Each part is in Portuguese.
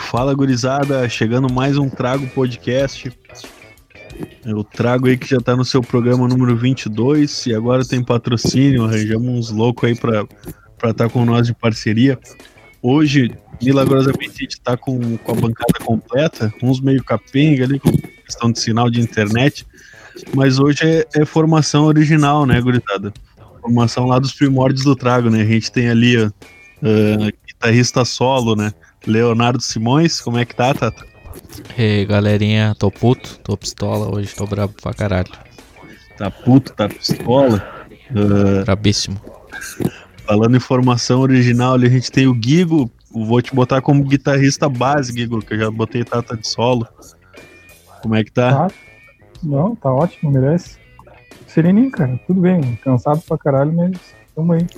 Fala, gurizada, chegando mais um Trago Podcast. Eu trago aí que já tá no seu programa número 22 e agora tem patrocínio, arranjamos uns loucos aí pra estar com nós de parceria. Hoje, milagrosamente, a gente tá com a bancada completa, uns meio capenga ali, com questão de sinal de internet, mas hoje é formação original, né, gurizada? Formação lá dos primórdios do Trago, né? A gente tem ali, guitarrista solo, né? Leonardo Simões, como é que tá, Tata? E aí, galerinha, tô puto, tô pistola hoje, tô brabo pra caralho. Tá puto, tá pistola? Brabíssimo. Falando em formação original, ali a gente tem o Guigo, vou te botar como guitarrista base, Guigo, que eu já botei Tata de solo. Como é que tá? Não, tá ótimo, merece. Sereninho, cara, tudo bem, cansado pra caralho, mas tamo aí.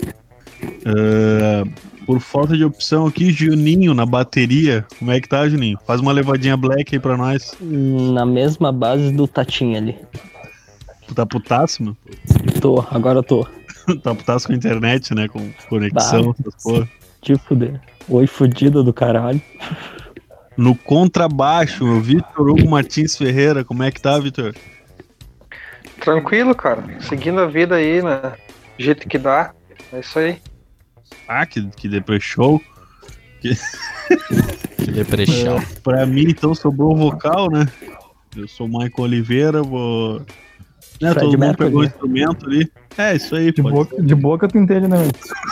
Por falta de opção aqui, Juninho na bateria. Como é que tá, Juninho? Faz uma levadinha black aí pra nós. Na mesma base do Tatinha ali. Tu tá putaço, meu? Agora eu tô. Tá putaço com a internet, né? Com conexão, essas porra. Tipo, oi fudida do caralho. No contrabaixo, o Vitor Hugo Martins Ferreira. Como é que tá, Vitor? Tranquilo, cara. Seguindo a vida aí, né? Do jeito que dá. É isso aí. Ah, que depressou. Que depressão. Pra mim, então, sobrou o vocal, né? Eu sou o Michael Oliveira, vou... Né, todo mundo pegou o instrumento ali. É, isso aí. De boca tu entende, né?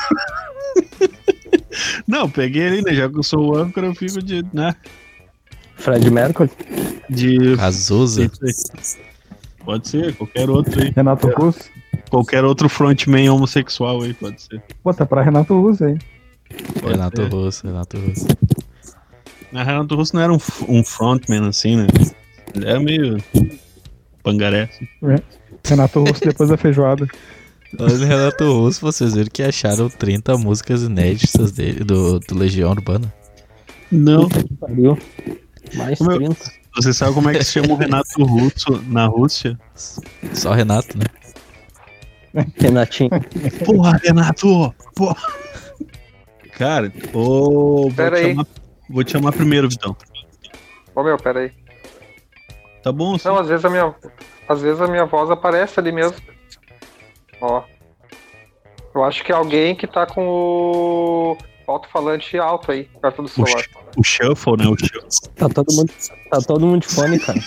Não, peguei ali, né? Já que eu sou o âncora, eu fico de... né? Fred Mercury? De... Cazuza? Pode ser, qualquer outro aí. Renato Russo? Qualquer outro frontman homossexual aí, pode ser. Pô, tá pra Renato Russo aí. Renato Russo. Mas Renato Russo não era um frontman assim, né? Ele era meio pangaré. Assim. Renato Russo depois da feijoada. Olha, Renato Russo, vocês viram que acharam 30 músicas inéditas dele, do Legião Urbana? Não. Mais 30. Você sabe como é que se chama o Renato Russo na Rússia? Só Renato, né? Renatinho. Porra, Renato! Porra. Cara, vou te chamar primeiro, Vitão. Ô meu, pera aí. Tá bom? Assim? Não, às vezes a minha voz aparece ali mesmo. Ó. Eu acho que é alguém que tá com o alto-falante alto aí, perto do celular. O shuffle, né? O shuffle. Tá todo mundo de fone, cara.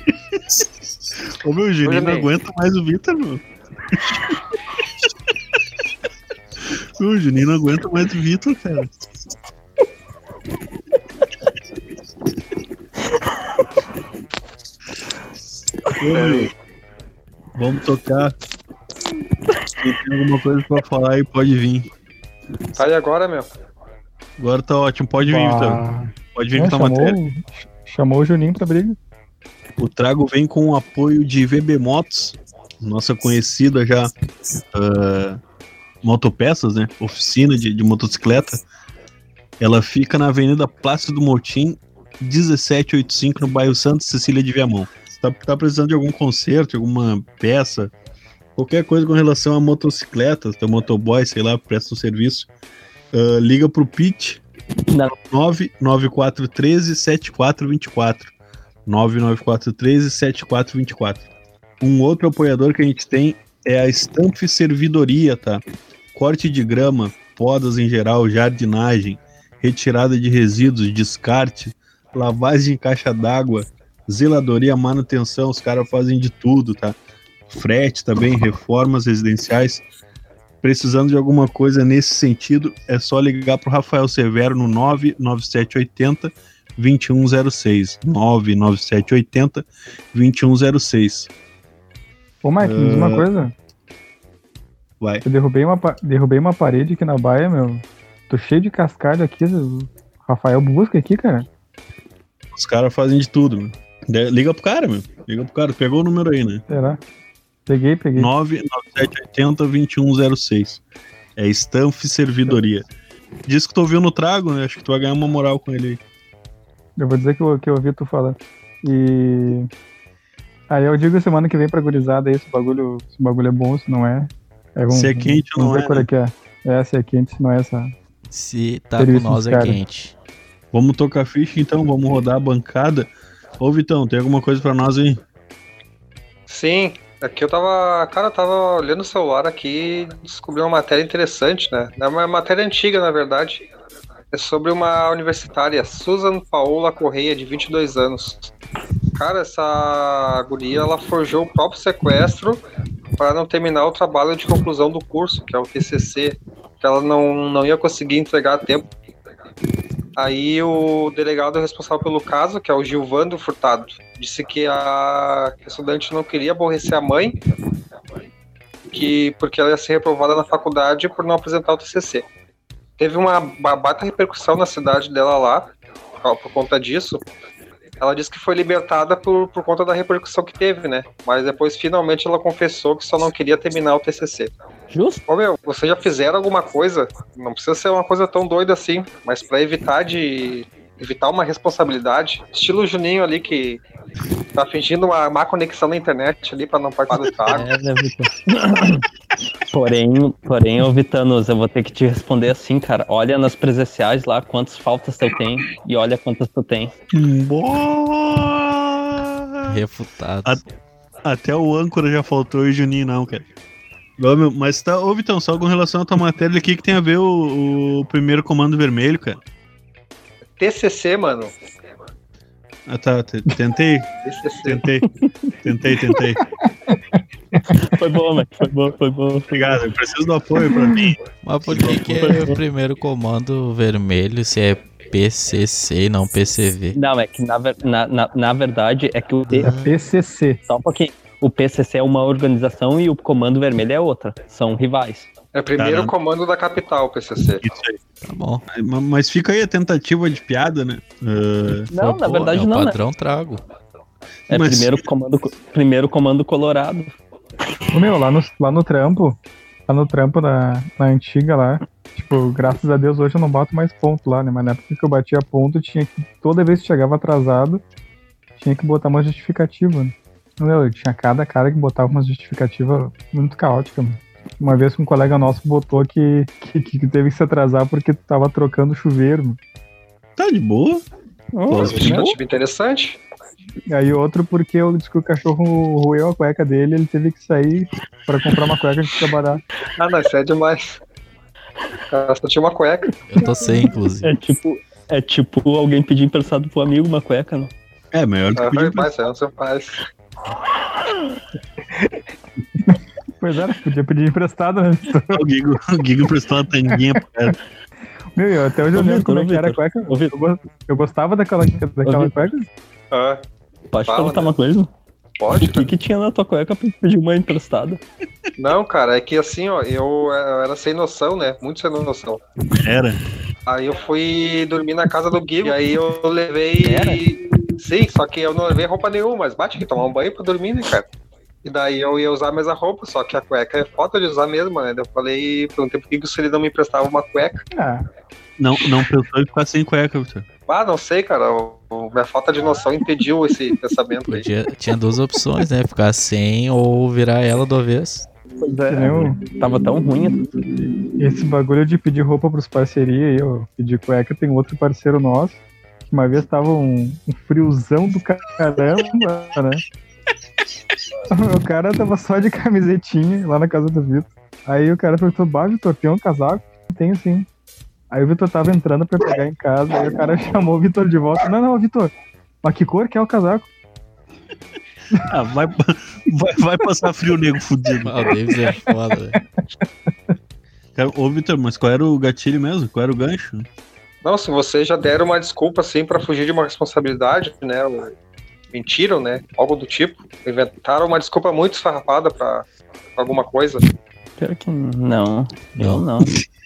Ô meu, Juninho não aguenta mais o Vitor, meu. O Juninho não aguenta mais o Vitor, cara. Vamos tocar. Quem tem alguma coisa pra falar aí, pode vir. Tá aí agora, meu? Agora tá ótimo, pode vir, Vitor. Pode vir com a matéria. Chamou o Juninho pra briga. O Trago vem com o apoio de VB Motos, nossa conhecida já motopeças, né? Oficina de motocicleta. Ela fica na Avenida Plácido Motim, 1785, no bairro Santa Cecília de Viamão. Se tá precisando de algum conserto, alguma peça, qualquer coisa com relação a motocicletas, teu motoboy, sei lá, presta um serviço, liga pro Pete 99413-7424. 99413-7424. Um outro apoiador que a gente tem é a Stamp Servidoria, tá? Corte de grama, podas em geral, jardinagem, retirada de resíduos, descarte, lavagem em caixa d'água, zeladoria, manutenção, os caras fazem de tudo, tá? Frete também, reformas residenciais. Precisando de alguma coisa nesse sentido, é só ligar pro Rafael Severo no 99780 2106. 99780 2106. Ô, Mike, me diz uma coisa. Vai. Eu derrubei uma parede aqui na baia, meu. Tô cheio de cascalho aqui. O Rafael busca aqui, cara. Os caras fazem de tudo, meu. Liga pro cara, meu. Liga pro cara. Pegou o número aí, né? Será? Peguei. 99780 2106. É Stamp Servidoria. Diz que tu ouviu no Trago, né? Acho que tu vai ganhar uma moral com ele aí. Eu vou dizer que eu ouvi tu falando. E aí eu digo semana que vem pra gurizada aí se o bagulho é bom, se não é. Se é quente ou não é. Qual é que é. Se é quente, se não é essa. Se tá com nós é quente. Vamos tocar ficha então, vamos rodar a bancada. Ô Vitão, tem alguma coisa pra nós aí? Sim, aqui eu tava olhando o celular aqui e descobri uma matéria interessante, né? É uma matéria antiga, na verdade. É sobre uma universitária, Susan Paola Correia, de 22 anos. Cara, essa guria, ela forjou o próprio sequestro para não terminar o trabalho de conclusão do curso, que é o TCC, que ela não ia conseguir entregar a tempo. Aí o delegado responsável pelo caso, que é o Gilvando Furtado, disse que a estudante não queria aborrecer a mãe, porque ela ia ser reprovada na faculdade por não apresentar o TCC. Teve uma baita repercussão na cidade dela lá, por conta disso. Ela disse que foi libertada por conta da repercussão que teve, né? Mas depois, finalmente, ela confessou que só não queria terminar o TCC. Justo? Ô, meu, vocês já fizeram alguma coisa? Não precisa ser uma coisa tão doida assim, mas pra evitar uma responsabilidade. Estilo Juninho ali, que tá fingindo uma má conexão na internet ali pra não participar do cargo. É, né, Vitor? Porém, ô Vitanos, eu vou ter que te responder assim, cara. Olha nas presenciais lá quantas faltas eu tenho e olha quantas tu tem. Boa! Refutado. Até o âncora já faltou e o Juninho não, cara. Ô, meu, mas tá, ô Vitão, só com relação à tua matéria aqui, que tem a ver o primeiro comando vermelho, cara. TCC, mano. Ah, tá, tentei. Tentei. Foi bom, mas foi bom. Obrigado, eu preciso do apoio pra mim. Mas por que é o primeiro comando vermelho se é PCC e não PCV? Não, é que na verdade é que o É PCC. só um pouquinho. O PCC é uma organização e o Comando Vermelho é outra. São rivais. É o primeiro Caramba. comando da capital, PCC. Isso aí. Tá bom. Mas fica aí a tentativa de piada, né? Não, na verdade é não, o né? padrão trago. É Mas- primeiro comando colorado. Ô, meu, lá no trampo na antiga lá, tipo, graças a Deus hoje eu não boto mais ponto lá, né? Mas na época que eu batia ponto, tinha que, toda vez que chegava atrasado, tinha que botar uma justificativa, né? Meu, tinha cada cara que botava uma justificativa muito caótica, mano. Uma vez que um colega nosso botou que teve que se atrasar porque tava trocando o chuveiro, mano. Tá de boa. Justificativa interessante. E aí outro porque eu disse que o cachorro roeu a cueca dele, ele teve que sair pra comprar uma cueca de trabalhar. Ah, não, isso é demais. O cara só tinha uma cueca. Eu tô sem, inclusive. É tipo alguém pedir emprestado pro amigo uma cueca, não? É, melhor do que pedir pra... Mas é o seu pai. Pois é, podia pedir emprestado, né? O Gigo emprestou uma tanguinha pro cara. Meu, eu até hoje eu Ô, lembro Vitor, como é ô, que era a Vitor. cueca. Ô, Vitor. Eu gostava daquela Vitor. cueca. Ah, Pode Fala, perguntar né? uma coisa? pode, O que tinha na tua cueca pra pedir uma emprestada? Não, cara, é que assim, ó, eu era sem noção, né? Muito sem noção. Era. Aí eu fui dormir na casa do Gui, e aí eu levei. Era? Sim, só que eu não levei roupa nenhuma, mas bate que tomar um banho pra dormir, né, cara? E daí eu ia usar a mesma roupa, só que a cueca é foda de usar mesmo, né? Daí eu perguntei pro Gui se ele não me emprestava uma cueca. Ah, Não pensou em ficar sem cueca, Vitor. Ah, não sei, cara. Minha falta de noção impediu esse pensamento aí. Tinha duas opções, né? Ficar sem ou virar ela do avesso. Pois que nem o- Tava tão ruim. esse bagulho de pedir roupa pros parceria aí, eu pedir cueca, tem outro parceiro nosso, que uma vez tava um friozão do caramba, né? O cara tava só de camisetinha lá na casa do Vitor. Aí o cara perguntou, bah, Vitor, tem um casaco? Tenho sim. Aí o Vitor tava entrando pra pegar em casa, aí o cara chamou o Vitor de volta. Não, Vitor, mas que cor que é o casaco? Ah, vai passar frio, nego fudido. Ah, o Davis é foda, velho. Cara, ô, Vitor, mas qual era o gatilho mesmo? Qual era o gancho? Não, se vocês já deram uma desculpa assim pra fugir de uma responsabilidade, né? Ou mentiram, né? Algo do tipo. Inventaram uma desculpa muito esfarrapada pra alguma coisa. Pior que não. Eu não.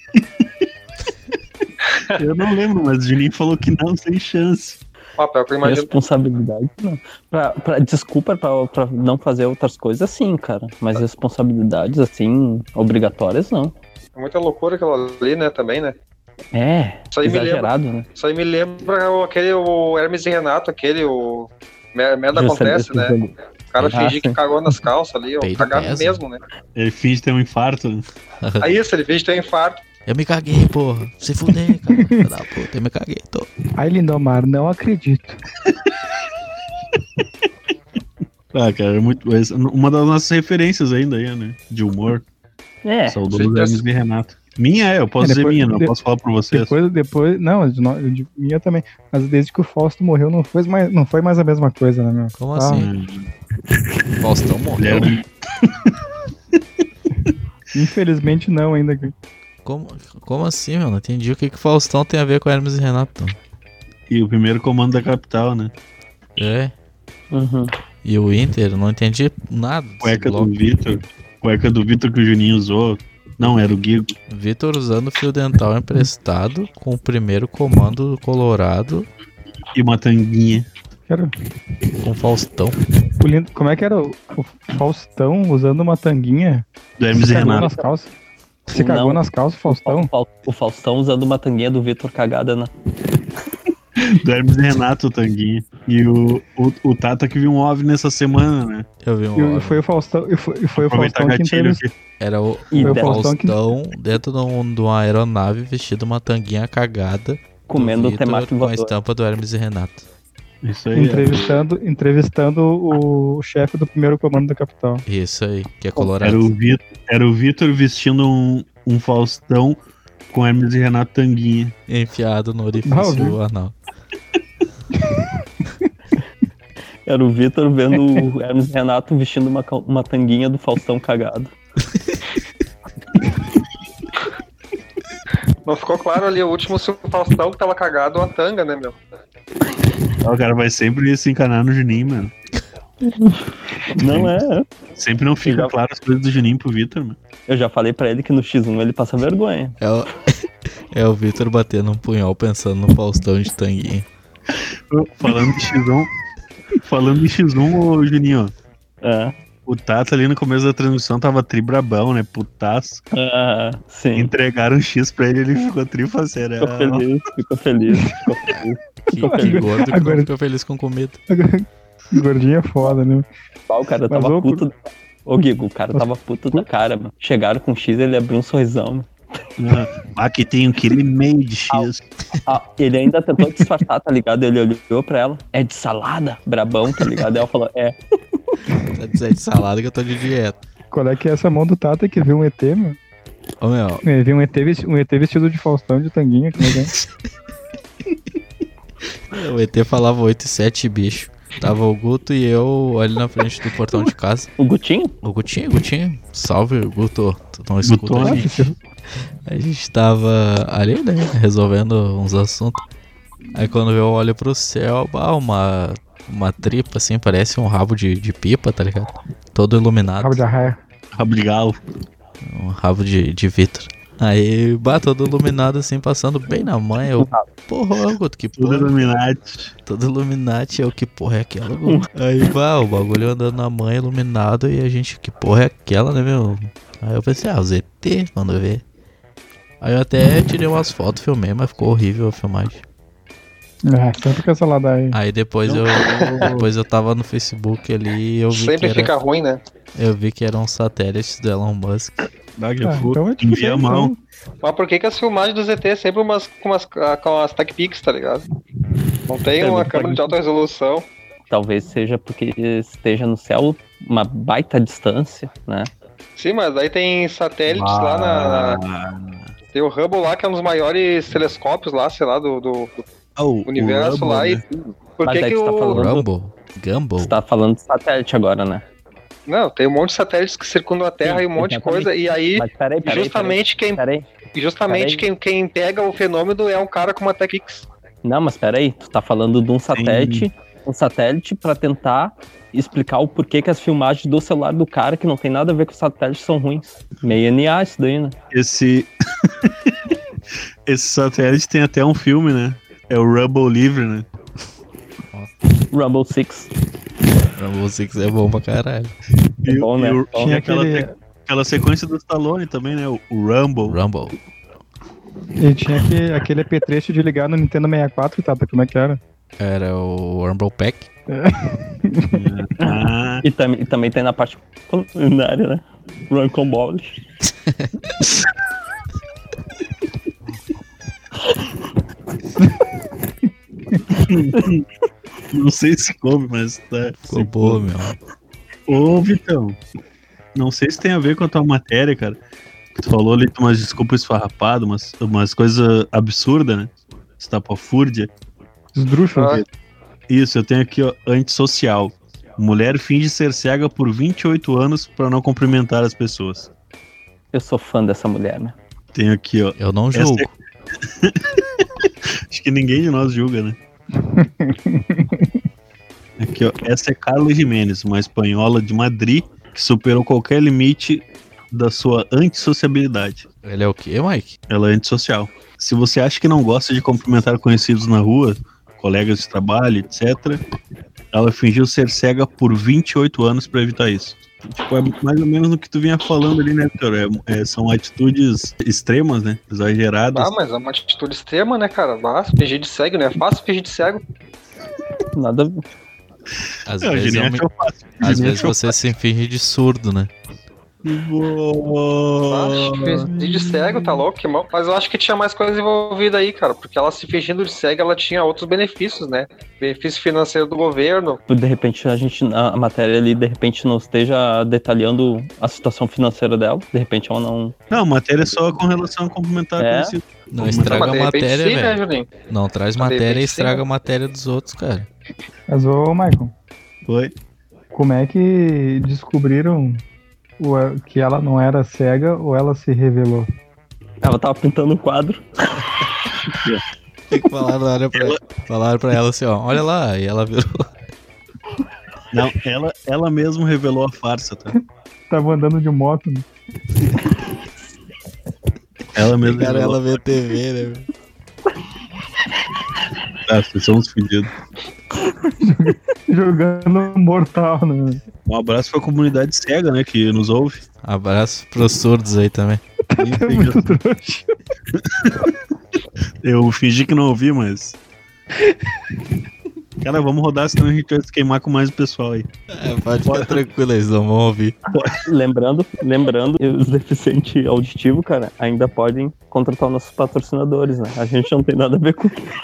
Eu não lembro, mas o Juninho falou que não, sem chance. Papel que eu imagino. Responsabilidade, não. Desculpa pra não fazer outras coisas, sim, cara. Mas responsabilidades, assim, obrigatórias, não. É muita loucura aquilo ali, né? Também, né? É, Isso aí me exagerado, né? Isso aí me lembra o Hermes e Renato, o merda acontece, né? O cara fingir que cagou nas calças ali, ou Peito cagar pesa. mesmo, né? Ele finge ter um infarto. Né? Aí isso, ele finge ter um infarto, Eu me caguei, porra. Se fuder, cara. Filho da puta, eu me caguei, tô. Ai, Lindomar, não acredito. Ah, cara, é muito. Uma das nossas referências ainda aí, né? De humor. Saudoso Hermes e Renato. Minha eu posso dizer minha, não posso falar por vocês. Depois, não, de minha também. Mas desde que o Fausto morreu, não foi mais a mesma coisa, né, meu? Como assim? Faustão morreu? Infelizmente não, ainda. Como assim, meu? Não entendi o que o Faustão tem a ver com Hermes e Renato. E o primeiro comando da capital, né? É. Uhum. E o Inter, não entendi nada. Cueca do Vitor que o Juninho usou. Não, era o Guigo. Vitor usando fio dental emprestado com o primeiro comando colorado. E uma tanguinha. Com Faustão. Como é que era o Faustão usando uma tanguinha? Do Hermes e Renato. Nas calças. Se cagou nas calças, Faustão? O Faustão usando uma tanguinha do Vitor cagada, né? Do Hermes e Renato, o tanguinha. E o Tata que viu um OVNI nessa semana, né? Eu vi um OVNI. E foi o Faustão, foi o Faustão que entrevistou. Era o Faustão dentro de uma aeronave vestido uma tanguinha cagada. Comendo o temático com a estampa do Hermes e Renato. Isso aí. Entrevistando o chefe do primeiro comando da capital. Isso aí, que é colorado. Era o Vitor vestindo um Faustão com Hermes e Renato tanguinha. Enfiado no orifício anal. Era o Vitor vendo o Hermes e Renato vestindo uma tanguinha do Faustão cagado. Não ficou claro ali o último se o Faustão que tava cagado ou a tanga, né, meu? O cara vai sempre se encanar no Juninho, mano. Não é. Sempre não fica claro as coisas do Juninho pro Vitor, mano. Eu já falei pra ele que no X1 ele passa vergonha. É o Vitor batendo um punhal pensando no Faustão de tanguinha. Falando de X1, ô Juninho. É. O Tata ali no começo da transmissão tava tribrabão, né? Putaço. Sim. Entregaram um X pra ele ficou trifaceiro. Ficou feliz. Que gordo que não ficou feliz com comida. Gordinho é foda, né? O cara tava puto. Ô, Guigo, o cara tava puto da cara, mano. Chegaram com X, ele abriu um sorrisão, mano. Aqui tem 1,5 kg de X. Ele ainda tentou disfarçar, tá ligado? Ele olhou pra ela. É de salada? Brabão, tá ligado? Ela falou, é. Tá dizendo de salada que eu tô de dieta. Qual é que é essa mão do Tata que viu um ET, mano? Ô, meu. Ele viu um ET vestido de Faustão de tanguinha. Como é que é? O ET falava 8 e 7, bicho. Tava o Guto e eu ali na frente do portão de casa. O Gutinho? O Gutinho. Salve, Guto. Tu não escuta a gente. A gente tava ali, né, resolvendo uns assuntos. Aí quando eu olho pro céu, uma tripa assim, parece um rabo de pipa, tá ligado? Todo iluminado. Rabo de arraia. Rabo de galo. Um rabo de Vitor. Aí, todo iluminado assim, passando bem na manha. Eu, porra, Guto, que porra. Todo Illuminati, eu, que porra é aquela, Guto? Aí, o bagulho andando na manha, iluminado, e a gente, que porra é aquela, né, meu? Aí eu pensei, os ET, quando eu ver. Aí eu até tirei umas fotos, filmei, mas ficou horrível a filmagem. Sempre com essa ladaia aí. Aí depois eu tava no Facebook ali e eu vi sempre fica ruim, né? Eu vi que eram satélites do Elon Musk. Então envia a mão. Mas por que as filmagens do ZT é sempre com as TechPix, tá ligado? Não tem uma câmera de alta resolução. Talvez seja porque esteja no céu uma baita distância, né? Sim, mas aí tem satélites lá tem o Hubble lá, que é um dos maiores telescópios lá, sei lá, do universo lá. Né? E por que Gumball? Você tá falando de satélite agora, né? Não, tem um monte de satélites que circundam a Terra. Sim, e um monte de coisa. E aí, justamente quem pega o fenômeno é um cara com uma TechPix. Não, mas peraí, tu tá falando de um satélite pra tentar explicar o porquê que as filmagens do celular do cara, que não tem nada a ver com o satélite, são ruins. Meio NA isso daí, né? Esse satélite tem até um filme, né? É o Rumble Livre, né? Rumble 6. Rumble 6 é bom pra caralho. É bom, né? Tinha aquela sequência do Stallone também, né? O Rumble. E tinha aquele apetrecho de ligar no Nintendo 64, Tata, como é que era? Era o Rumble Pack. E também tem na parte culinária, né? Run com Ball. Não sei se come, mas tá. Ficou boa, meu. Ô, Vitão, não sei se tem a ver com a tua matéria, cara. Tu falou ali umas desculpas esfarrapadas, umas coisas absurdas, né? Estapafúrdia. Esdrúxulas. Isso, eu tenho aqui, ó, antissocial. Mulher finge ser cega por 28 anos pra não cumprimentar as pessoas. Eu sou fã dessa mulher, né? Tenho aqui, ó. Eu não julgo. Acho que ninguém de nós julga, né? Aqui, ó. Essa é Carla Jimenez, uma espanhola de Madrid que superou qualquer limite da sua antissociabilidade. Ele é o quê, Mike? Ela é antissocial. Se você acha que não gosta de cumprimentar conhecidos na rua, colegas de trabalho, etc., ela fingiu ser cega por 28 anos pra evitar isso. Tipo, é mais ou menos no que tu vinha falando ali, né, Vitor? São atitudes extremas, né? Exageradas. Mas é uma atitude extrema, né, cara? Fingir de cego, né? É fácil fingir de cego. Nada. Às vezes você se finge de surdo, né? Fingir de cego, tá louco? Que mal. Mas eu acho que tinha mais coisa envolvida aí, cara. Porque ela se fingindo de cega, ela tinha outros benefícios, né? Benefício financeiro do governo. De repente a matéria ali, de repente não esteja detalhando a situação financeira dela. De repente ela não... Não, matéria é só com relação a complementar conhecido. Não estraga a matéria, sim, velho. Né, não traz matéria e estraga a matéria dos outros, cara. Mas, ô, Michael. Oi? Como é que descobriram que ela não era cega ou ela se revelou? Ela tava pintando um quadro. Tem que falar pra ela assim, ó, olha lá, e ela virou. Não, ela mesma revelou a farsa, tá? Tava andando de moto, né? Ela mesma Cara, revelou. ela vê TV, né? Vocês são uns fedidos. Jogando mortal, né? Um abraço pra comunidade cega, né, que nos ouve. Abraço pros surdos aí também. É muito trouxa. Eu fingi que não ouvi, mas... Cara, vamos rodar, senão a gente vai se queimar com mais o pessoal aí. Pode ficar tranquilo, eles não vão ouvir. Lembrando, os deficientes auditivos, cara, ainda podem contratar os nossos patrocinadores, né? A gente não tem nada a ver com isso.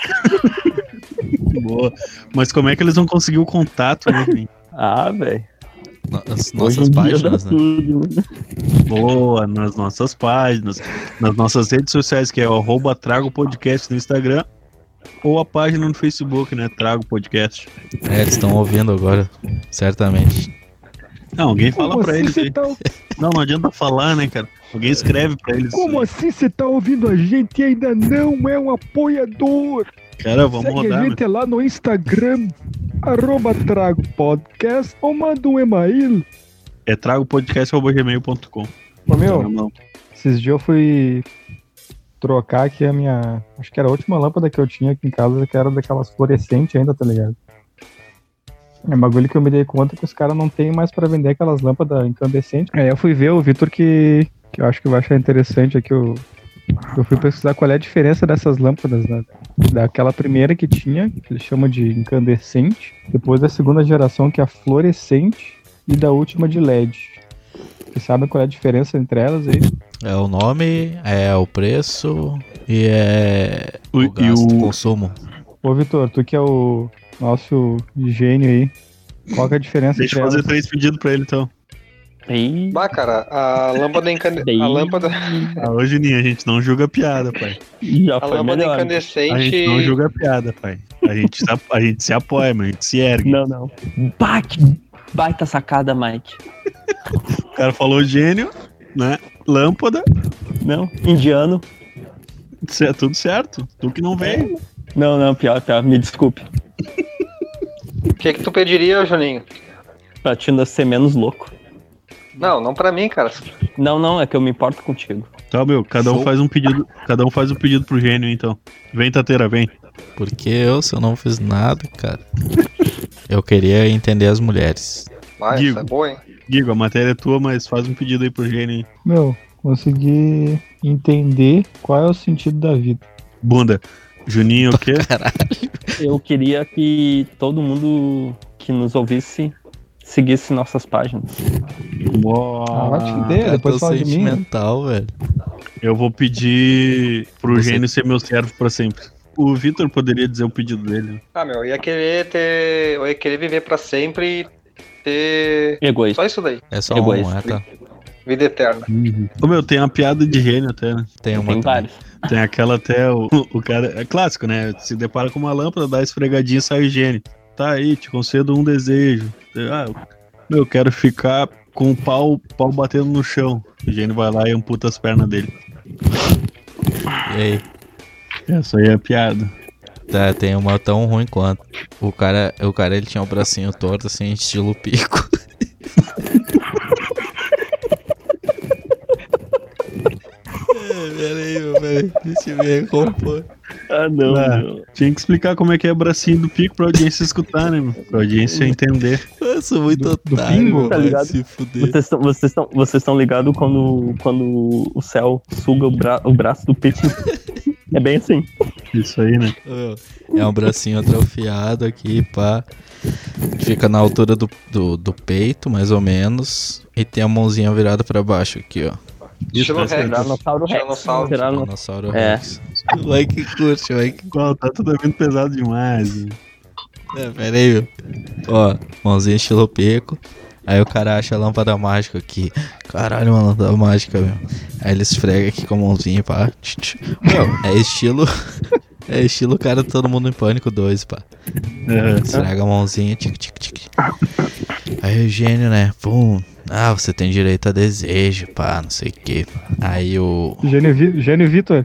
Boa. Mas como é que eles vão conseguir o contato, né, gente? Velho. Nas nossas páginas, né? Tudo, né? Boa, nas nossas páginas, nas nossas redes sociais, que é o @Trago Podcast no Instagram, ou a página no Facebook, né? Trago Podcast. Eles estão ouvindo agora, certamente. Não, alguém fala Como pra assim eles aí. tá... Não adianta falar, né, cara? Alguém escreve pra eles. Como assim você tá ouvindo a gente e ainda não é um apoiador? Cara, vamos Segue rodar, a gente lá no Instagram, @TragoPodcast, ou manda um e-mail. É tragopodcast@gmail.com. Ô, meu, esses dias eu fui trocar aqui a minha... Acho que era a última lâmpada que eu tinha aqui em casa, que era daquelas fluorescentes ainda, tá ligado? É um bagulho que eu me dei conta que os caras não tem mais pra vender aquelas lâmpadas incandescentes. Aí eu fui ver o Vitor que eu acho que vai achar interessante aqui. Eu fui pesquisar qual é a diferença dessas lâmpadas, né? Daquela primeira que tinha, que eles chamam de incandescente, depois da segunda geração, que é a fluorescente, e da última de LED. Vocês sabem qual é a diferença entre elas aí? É o nome, é o preço e é o gasto, o consumo. Ô, Vitor, tu que é o nosso gênio aí, qual que é a diferença Deixa eu entre fazer elas? 3 pedidos pra ele, então. Cara, a lâmpada incandescente. A lâmpada. Ô, Juninho, a gente não julga piada, pai. Já A foi lâmpada melhor. incandescente. A gente não julga piada, pai. A gente se apoia, mas a gente se ergue. Não. Baita sacada, Mike. O cara falou gênio, né? Lâmpada, Não, indiano. tudo certo. Tu que não veio. Não, pior, me desculpe. O que tu pediria, Juninho? Pra te ainda ser menos louco. Não pra mim, cara. Não, é que eu me importo contigo. Tá, meu, cada um faz um pedido pro gênio, então. Vem, Tateira, vem. Porque se eu não fiz nada, cara. Eu queria entender as mulheres. Vai, Guigo. essa é boa, hein? Guigo, a matéria é tua, mas faz um pedido aí pro gênio aí. Meu, consegui entender qual é o sentido da vida. Bunda. Juninho, o quê? Eu queria que todo mundo que nos ouvisse seguisse nossas páginas. Vai te fuder, depois fala de mim. Sentimental, velho. Eu vou pedir pro Você- gênio ser meu servo pra sempre. O Vitor poderia dizer o pedido dele. Ah, meu, eu ia querer viver pra sempre e ter... Egoísta. Só isso daí. É só Egoísta. tá? Vida eterna. Ô, meu, tem uma piada de gênio até, né? Tem uma Tem também. vários. Tem aquela até, o cara... É clássico, né? Se depara com uma lâmpada, dá esfregadinha e sai o gênio. Tá aí, te concedo um desejo. Eu quero ficar com o pau batendo no chão. O gênio vai lá e amputa as pernas dele. E aí? Essa aí é a piada. Tá, tem uma tão ruim quanto. O cara ele tinha o bracinho torto, assim, estilo pico. Peraí, deixa eu me recompor. Ah, não. Tinha que explicar como é que é bracinho do pico pra audiência escutar, né, meu? Pra audiência entender. Eu sou muito Do otário, pingo, meu, tá vai ligado? se fuder. Vocês estão ligados quando o céu suga o braço do pico? É bem assim. Isso aí, né? É um bracinho atrofiado aqui, pá. Fica na altura do peito, mais ou menos. E tem a mãozinha virada pra baixo aqui, ó. Estilo parece Rex. Tiranossauro Rex. Tiranossauro. Tiranossauro É. Rex. Vai que curte, vai que... Qual, tá tudo muito pesado demais. Né? Pera aí, meu. Ó, mãozinha estilo pico. Aí o cara acha a lâmpada mágica aqui. Caralho, uma lâmpada mágica, meu. Aí ele esfrega aqui com a mãozinha, pá. Meu, é estilo... É estilo cara do Todo Mundo em Pânico 2, pá. Esfrega a mãozinha, tic. Aí o gênio, né? Pum. Ah, você tem direito a desejo, pá, não sei o que. Aí o Gênio Vitor.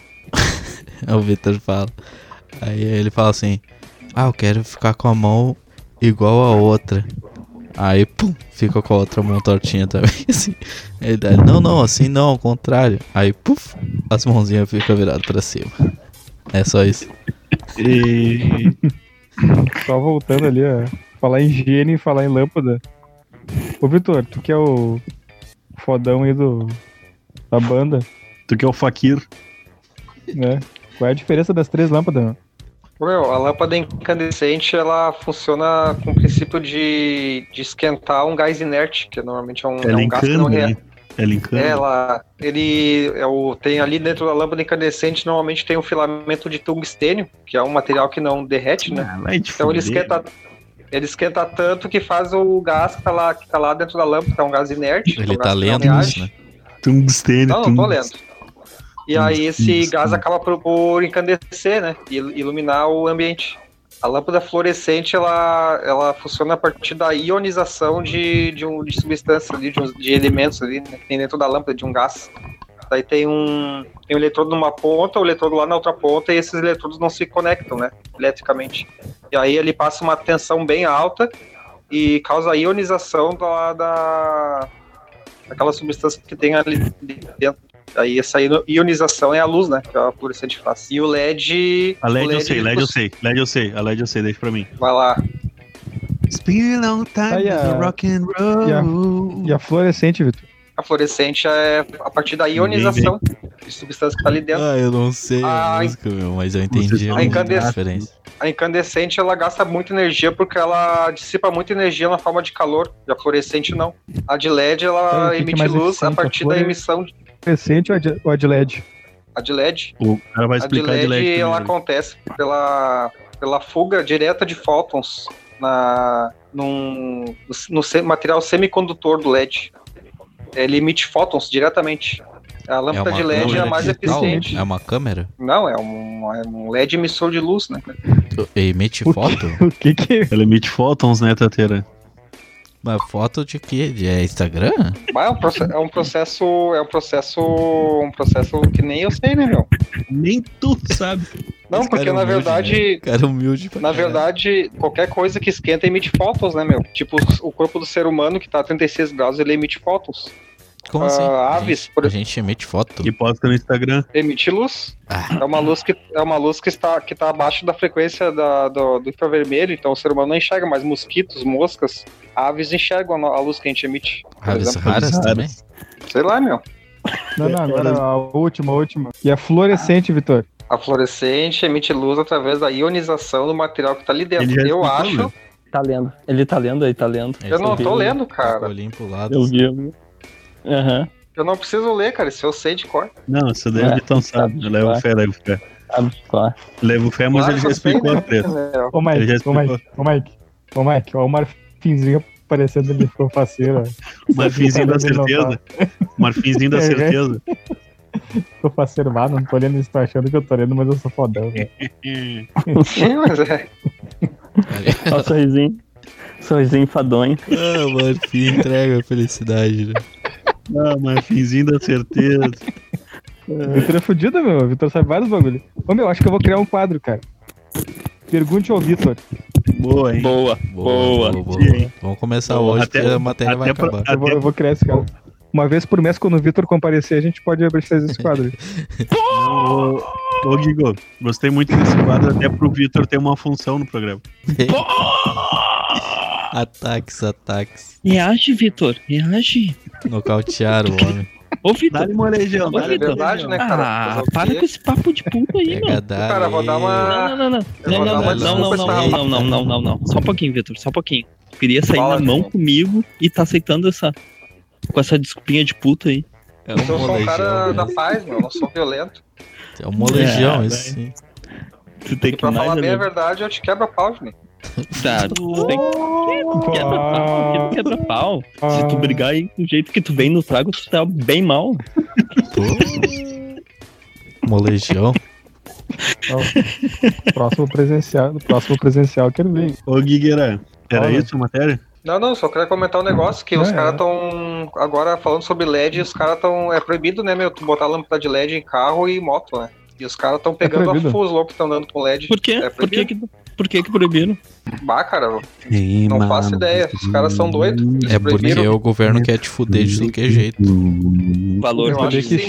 o Vitor fala. Aí ele fala assim: eu quero ficar com a mão igual a outra. Aí, pum, fica com a outra mão tortinha também, assim. Ele dá, não, assim não, ao contrário. Aí, puf, as mãozinhas ficam viradas pra cima. É só isso. E... Só voltando ali, ó. Falar em gênio e falar em lâmpada. Ô, Vitor, tu que é o fodão aí da banda, Tu que é o Fakir. né? Qual é a diferença das 3 lâmpadas, meu? Meu, a lâmpada incandescente, ela funciona com o princípio de esquentar um gás inerte, que normalmente é um gás que não reage. Ela encana. Tem ali dentro da lâmpada incandescente, normalmente tem um filamento de tungstênio, que é um material que não derrete, né? Então ele esquenta tanto que faz o gás que tá lá dentro da lâmpada, que é um gás inerte. Ele um tá gás que não lendo reage. isso, né? Tungstênio. Não tô lendo. E aí esse gás acaba por encandecer, né? E iluminar o ambiente. A lâmpada fluorescente, ela funciona a partir da ionização de substâncias ali, de elementos ali, né, que tem dentro da lâmpada, de um gás. Daí tem um eletrodo numa ponta, o eletrodo lá na outra ponta, e esses eletrodos não se conectam, né, eletricamente. E aí ele passa uma tensão bem alta e causa a ionização daquela substância que tem ali dentro. Aí essa ionização é a luz, né? Que a fluorescente faz. E o LED... A LED eu sei. A LED eu sei, deixa pra mim. Vai lá. It's been a long time rock and roll. E a fluorescente, Vitor? A fluorescente é a partir da ionização de substância que tá ali dentro. Eu não sei a música, meu, mas eu entendi a diferença. A incandescente, ela gasta muita energia porque ela dissipa muita energia na forma de calor. E a fluorescente não. A de LED, ela emite luz a partir da emissão de... Fluorescente ou a de LED? A de LED. O cara vai explicar a de LED, ela primeiro. acontece pela fuga direta de fótons no material semicondutor do LED. Ele emite fótons diretamente. A lâmpada de LED é a mais digital, eficiente. É uma câmera? Não, é um LED emissor de luz, né? Emite foto? O que? Ela emite fótons, né, Tateira? Mas foto de quê? É Instagram? É um processo que nem eu sei, né, meu? Nem tu sabe. Não, Esse porque cara é na humilde, verdade... né? Cara humilde pra Na caralho. verdade, qualquer coisa que esquenta emite fótons, né, meu? Tipo, o corpo do ser humano, que tá a 36 graus, ele emite fótons. Como assim? Aves, A gente emite foto? E posta no Instagram. Emite luz. Ah. É uma luz que está abaixo da frequência do infravermelho, então o ser humano não enxerga, mas mosquitos, moscas, aves enxergam a luz que a gente emite. Aves raras também? Sei lá, meu. Não, agora a última. E a fluorescente, Vitor? A fluorescente emite luz através da ionização do material que tá ali dentro. Eu acho... Tá lendo. Ele tá lendo aí, tá lendo. Eu não tô lendo, cara. Olhinho pro lado. Eu vi. Aham. Eu não preciso ler, cara, isso eu sei de cor. Não, você deve então sabe. Eu levo fé. Levo fé, mas ele já explicou a treta. Ô, Mike, ó, o Marfinzinho aparecendo ali, ficou faceiro. Marfinzinho da certeza. Marfinzinho da certeza. Ficou faceiro, não tô olhando isso, tô achando que eu tô olhando, mas eu sou fodão, velho. Sim, mas é. Ó, sorrisinho enfadonho. Ah, Marfim entrega a felicidade, né? Ah, Marfinzinho da certeza. O Vitor é fudido, meu. O Vitor sabe vários bagulhos. Ô, meu, acho que eu vou criar um quadro, cara. Pergunte ao Vitor. Boa, hein? Boa. Vamos começar hoje, Até- porque a matéria vai até pra- acabar. Eu vou criar esse cara. Uma vez por mês, quando o Vitor comparecer, a gente pode fazer esse quadro. Ô, Guigo, gostei muito desse quadro, até pro Vitor ter uma função no programa. Ataques. Reage, Vitor. Reage. Nocautearam o homem. Ô, Vitor. Dá-lhe molejão, Ô, Mas é Vitor. verdade, né, cara? Fazer o Para quê? com esse papo de puta aí, meu. Pegadar Cara, vou dar uma. Não. Só um pouquinho, Vitor. Só um pouquinho. Queria sair Fala, na mão irmão. comigo e tá aceitando com essa desculpinha de puta aí. É Eu sou um cara da molejão. paz, meu. Eu não sou violento. É um molejão, É, isso sim. Tu tem E que pra falar mais bem a ali. verdade, eu te quebro a pau, Juninho. Tá, tu tem que quebra-pau. Se tu brigar aí do jeito que tu vem no trago, tu tá bem mal. Molejão. Próximo presencial, quero ver. Ô, Guigueira, era Fala. isso a matéria? Não, só queria comentar um negócio que os É. caras estão agora falando sobre LED, os caras estão. É proibido, né, meu, tu botar lâmpada de LED em carro e moto, né? E os caras estão pegando a proibido? fuso louco que estão andando com LED. Por quê? É proibido. Por que proibiram? Bah, cara, não faço ideia. Os caras são doidos. Eles É porque proibiram. o governo quer te fuder de tudo que é jeito. Valor Eu Saber acho de... que sim,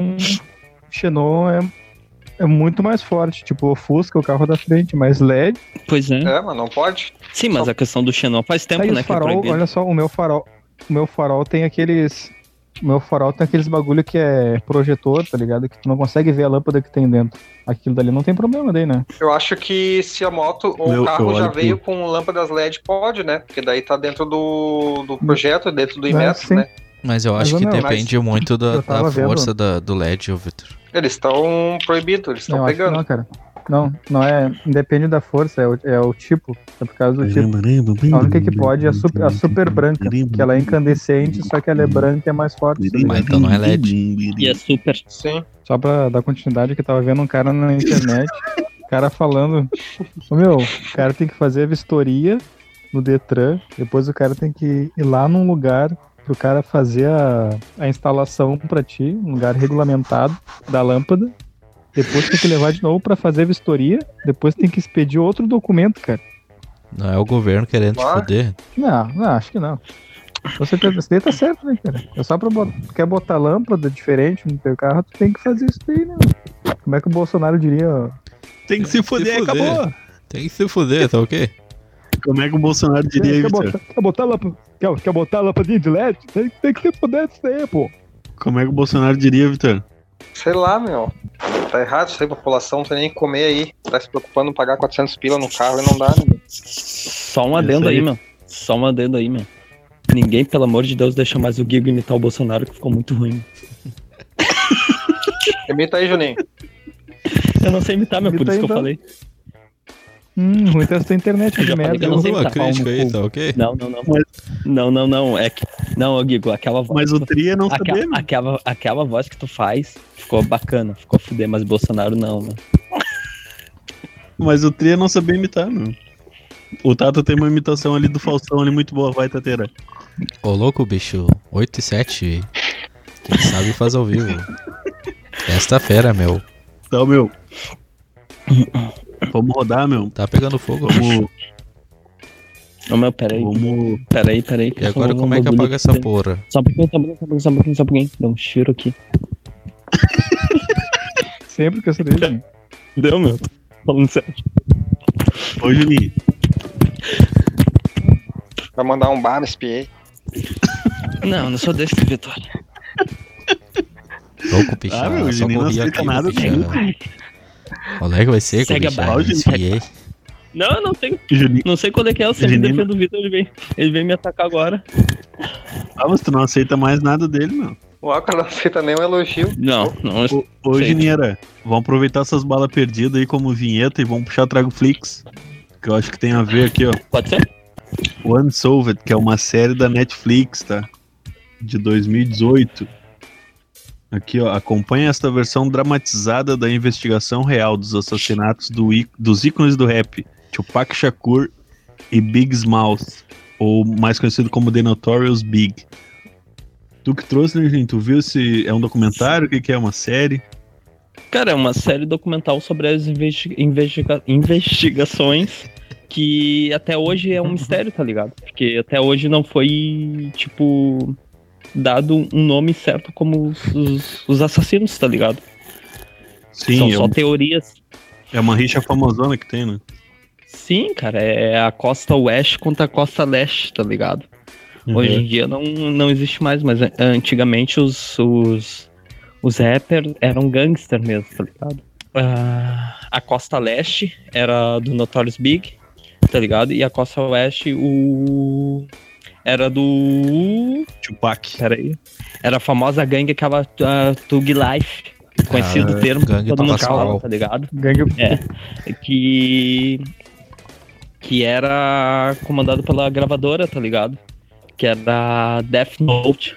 Xenon é muito mais forte. Tipo, o Fusca, o carro da frente, mas LED. Pois é. É, mas não pode. Sim, mas a questão do Xenon faz tempo, Aí né, os que é farol, proibido. olha só, o meu farol tem aqueles. O meu farol tem aqueles bagulho que é projetor, tá ligado? Que tu não consegue ver a lâmpada que tem dentro. Aquilo dali não tem problema daí, né? Eu acho que se a moto ou Meu, o carro eu já olho veio com lâmpadas LED, pode, né? Porque daí tá dentro do projeto, dentro do Inmetro, sim. né? Mas eu Mas, acho ô, que meu, depende muito da eu tava força do LED, ô Vitor. Eles estão proibidos, eles estão Eu acho que pegando. não, cara. Não é. Depende da força, é o tipo. É por causa do tipo. A única que pode é a super branca, que ela é incandescente, só que ela é branca e é mais forte. tá ligado? Mas então não é LED. E é super. Sim. Só pra dar continuidade, que eu tava vendo um cara na internet, o cara falando, ô meu, o cara tem que fazer a vistoria no Detran, depois o cara tem que ir lá num lugar pro cara fazer a instalação pra ti, um lugar regulamentado da lâmpada, depois tem que levar de novo pra fazer a vistoria, depois tem que expedir outro documento, cara. Não é o governo querendo te Ah. fuder. Não, acho que não. Você daí tá certo, né, cara? É só pra botar. Tu quer botar lâmpada diferente no teu carro, tu tem que fazer isso daí, né? Como é que o Bolsonaro diria? Ó, Tem que se fuder, acabou. Tem que se fuder, tá ok? Como é que o Bolsonaro diria quer, isso? botar lâmpada? Quer botar lâmpadinha de LED? Tem que se fuder isso daí, pô. Como é que o Bolsonaro diria, Vitor? Sei lá, meu. Tá errado isso aí, população não tem nem que comer aí. Tá se preocupando em pagar 400 pila no carro e não dá, né, meu? Só um adendo Isso aí. aí, meu. Só um adendo aí, meu. Ninguém, pelo amor de Deus, deixa mais o Guigo imitar o Bolsonaro, que ficou muito ruim. Imita aí, Juninho. Eu não sei imitar, meu, por Imita isso aí, que eu então. falei. Ruim tem essa internet Eu de já falei merda. que eu não sei Uma imitar. crítica aí, tá ok? Não. É que. Não, ô, Guigo, aquela voz. Mas o Tri é não Aquela, saber, meu. aquela voz que tu faz ficou bacana, ficou fuder, mas Bolsonaro não, mano. Mas o Tri é não saber imitar, meu. O Tato tem uma imitação ali do Faustão ali muito boa, vai, Tateira. Ô louco, bicho. 8 e 7. Quem sabe faz ao vivo. Sexta-feira, meu. Então, meu. Vamos rodar, meu. Tá pegando fogo, bicho. Vamos. Ô, meu, peraí. Peraí. E agora como é que apaga essa porra? Só um pouquinho. Dá um cheiro aqui. Sempre que eu seria. Gente. Deu, meu. Falando sério. Ô, Juninho. Vai mandar um bar, espiei. Não sou desse, Vitor. Louco, bicho. Ah, meu, o só Juninho não corria aceita aqui, nada, bicho. Qual é que vai ser, Segue a bicho? barra. Espiei. Não, eu não tenho. Juninho. Não sei qual é que é, eu sempre Juninho. defendo o Vitor, ele vem me atacar agora. Ah, mas tu não aceita mais nada dele, meu. O cara não aceita nem um elogio. Não. Ô, Gineira, vamos aproveitar essas balas perdidas aí como vinheta e vamos puxar Trago Flix. Que eu acho que tem a ver aqui, ó. Pode ser? Unsolved, que é uma série da Netflix, tá? De 2018. Aqui, ó. Acompanha esta versão dramatizada da investigação real dos assassinatos dos ícones do rap, Tupac Shakur e Big Smalls, ou mais conhecido como The Notorious Big. Tu que trouxe, né, gente? Tu viu se é um documentário? O que é uma série? Cara, é uma série documental sobre as investigações que até hoje é um mistério, tá ligado? Porque até hoje não foi, tipo, dado um nome certo como os assassinos, tá ligado? Sim, são só teorias. É uma rixa famosona que tem, né? Sim, cara, é a costa oeste contra a costa leste, tá ligado? Hoje em dia não existe mais, mas antigamente os rappers eram gangster mesmo, tá ligado? A costa leste era do Notorious Big, tá ligado? E a costa oeste era do Tupac. Peraí. Era a famosa gangue, aquela Thug Life, conhecido termo que todo mundo fala, tá ligado? Gangue... Que era comandado pela gravadora, tá ligado? Que era Death Note,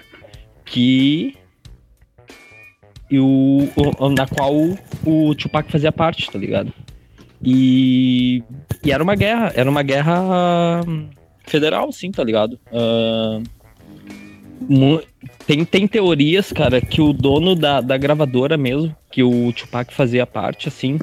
na qual o Tupac fazia parte, tá ligado? E era uma guerra federal, sim, tá ligado? Tem teorias, cara, que o dono da gravadora mesmo, que o Tupac fazia parte, assim,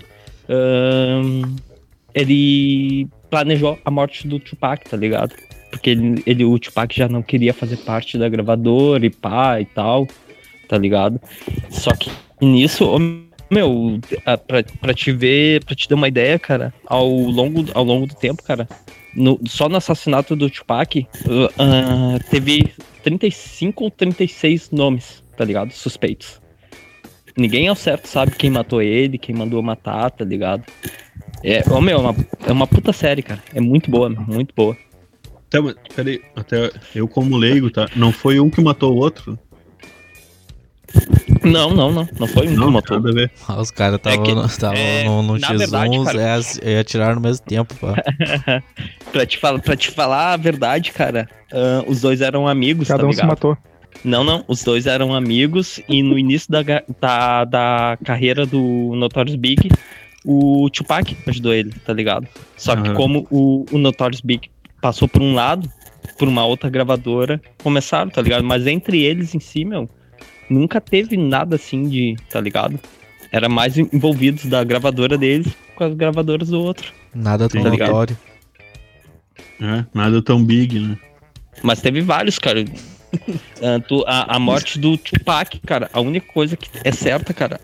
ele planejou a morte do Tupac, tá ligado? Porque o Tupac já não queria fazer parte da gravadora e pá e tal, tá ligado? Só que nisso, meu, pra te dar uma ideia, cara, ao longo do tempo, cara, só no assassinato do Tupac, teve 35 ou 36 nomes, tá ligado? Suspeitos. Ninguém ao certo sabe quem matou ele, quem mandou matar, tá ligado? É uma puta série, cara. É muito boa, muito boa. Tá, mas peraí, até eu como leigo, tá? Não foi um que matou o outro? Não foi um que matou. Nada a ver. Os caras estavam no X1 verdade, cara, e atiraram no mesmo tempo, pá. pra te falar a verdade, cara, os dois eram amigos, Cada tá um ligado? se matou. Não, os dois eram amigos e no início da carreira do Notorious Big, o Tupac ajudou ele, tá ligado? Só que como o Notorious Big passou por um lado, por uma outra gravadora, começaram, tá ligado? Mas entre eles em si, meu, nunca teve nada assim tá ligado? Era mais envolvidos da gravadora deles com as gravadoras do outro. Nada tão ligado? notório. Nada tão big, né? Mas teve vários, cara. A morte do Tupac, cara, a única coisa que é certa, cara,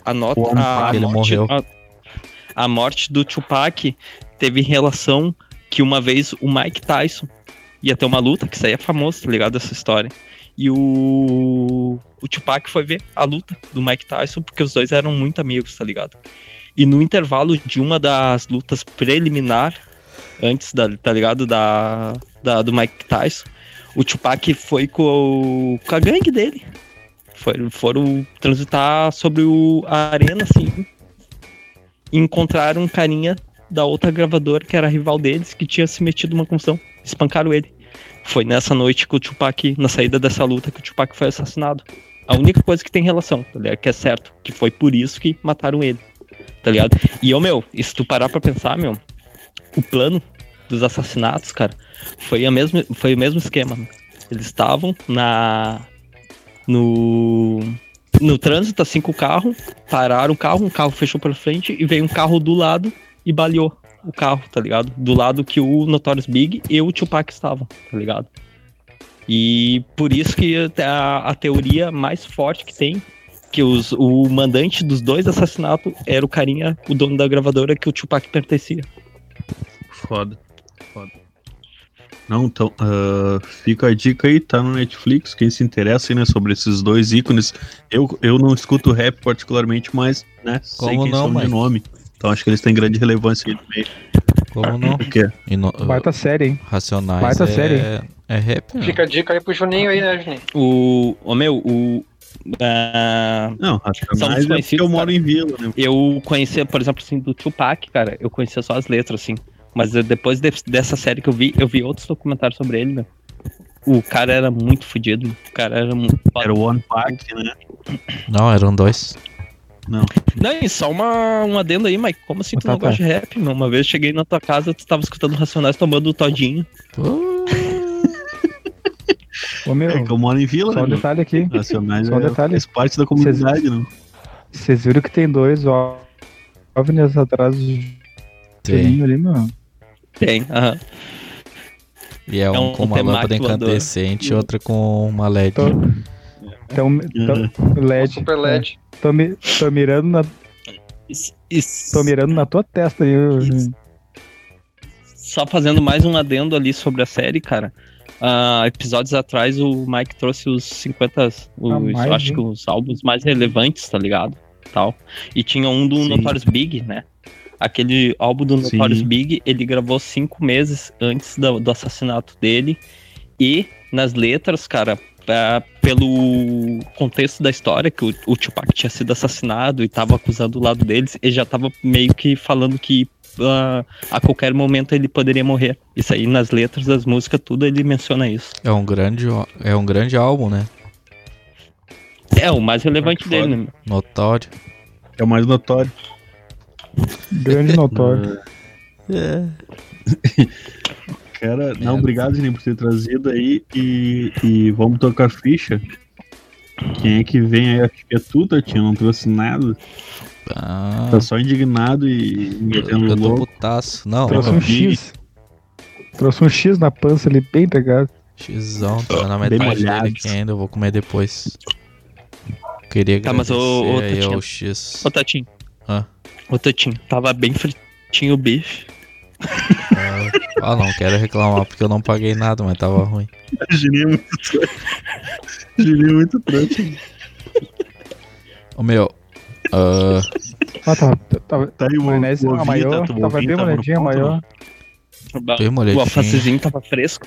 a morte do Tupac teve relação que uma vez o Mike Tyson ia ter uma luta, que isso aí é famoso, tá ligado, essa história. E o Tupac foi ver a luta do Mike Tyson, porque os dois eram muito amigos, tá ligado? E no intervalo de uma das lutas preliminar, antes tá ligado, do Mike Tyson, o Tupac foi com a gangue dele. Foram transitar sobre a arena, assim, e encontraram um carinha da outra gravadora, que era rival deles, que tinha se metido numa confusão. Espancaram ele. Foi nessa noite que o Tupac, na saída dessa luta, que o Tupac foi assassinado. A única coisa que tem relação, tá ligado? Que é certo, que foi por isso que mataram ele, tá ligado? E e se tu parar pra pensar, o plano dos assassinatos, cara, foi o mesmo esquema. Eles estavam no trânsito, assim, com o carro, pararam o carro, um carro fechou pra frente e veio um carro do lado e baleou o carro, tá ligado? Do lado que o Notorious Big e o Tupac estavam, tá ligado? E por isso que a teoria mais forte que tem, que o mandante dos dois assassinatos era o carinha, o dono da gravadora que o Tupac pertencia. Foda. Não, então, fica a dica aí, tá no Netflix, quem se interessa aí, né, sobre esses dois ícones. Eu não escuto rap particularmente, mas, né, sei quem são de nome. Então acho que eles têm grande relevância aí no meio. Como não? O quê? Baita série, hein? Racionais série. É rap, né? Fica a dica aí pro Juninho aí, né, Juninho? Não, Racionais é porque eu moro em Vila, né? Eu conhecia, por exemplo, assim, do Tupac, cara, eu conhecia só as letras, assim. Mas depois dessa série que eu vi outros documentários sobre ele, né? O cara era muito fodido. O cara era muito... Era o One Pack, né? Não, eram 2. Não. Não, e só um adendo aí, Mike. Como assim tu não gosta de rap, meu? Uma vez eu cheguei na tua casa, tu tava escutando Racionais tomando o todinho. Ô, meu, É que eu moro em Vila, só um né? detalhe aqui. Racionais Só um detalhe. faz parte da comunidade, não? Vocês viram que tem 2 OVNIs atrás do Tem. Juninho ali, meu? Tem, aham. E é um com uma lâmpada incandescente e outra com uma LED. Então, LED. Super LED. Tô mirando na... Tô mirando na tua testa aí. Só fazendo mais um adendo ali sobre a série, cara. Episódios atrás o Mike trouxe os 50, eu acho que os álbuns mais relevantes, tá ligado? Tal. E tinha um do Notorious Big, né? Aquele álbum do Notorious Big, ele gravou 5 meses antes do assassinato dele. E nas letras, cara, pelo contexto da história, que o Tupac tinha sido assassinado e tava acusando o lado deles, ele já tava meio que falando que a qualquer momento ele poderia morrer. Isso aí nas letras das músicas, tudo ele menciona isso. É um grande álbum, né? É o mais relevante dele, né? Notório. É o mais notório. Grande notório. Cara, não, obrigado, Juninho, por ter trazido aí e vamos tocar ficha. Quem é que vem aí? Acho que é tu, Tatinho, não trouxe nada. Tá só indignado e metendo eu tô louco. putaço. Não, Trouxe um X. Trouxe um X na pança ali, bem pegado. Xzão, tá na metade dele aqui ainda, eu vou comer depois. Queria agradecer aí ao X. Ô, Tatinho. Ô, Tatinho, tava bem fritinho o bicho. Não quero reclamar porque eu não paguei nada, mas tava ruim. Juninho é muito trouxa. Juninho é muito trouxa. Ô, meu... Tá aí a maior, tava bem molhadinha a maior. Bem molhadinho. O alfacezinho tava fresco.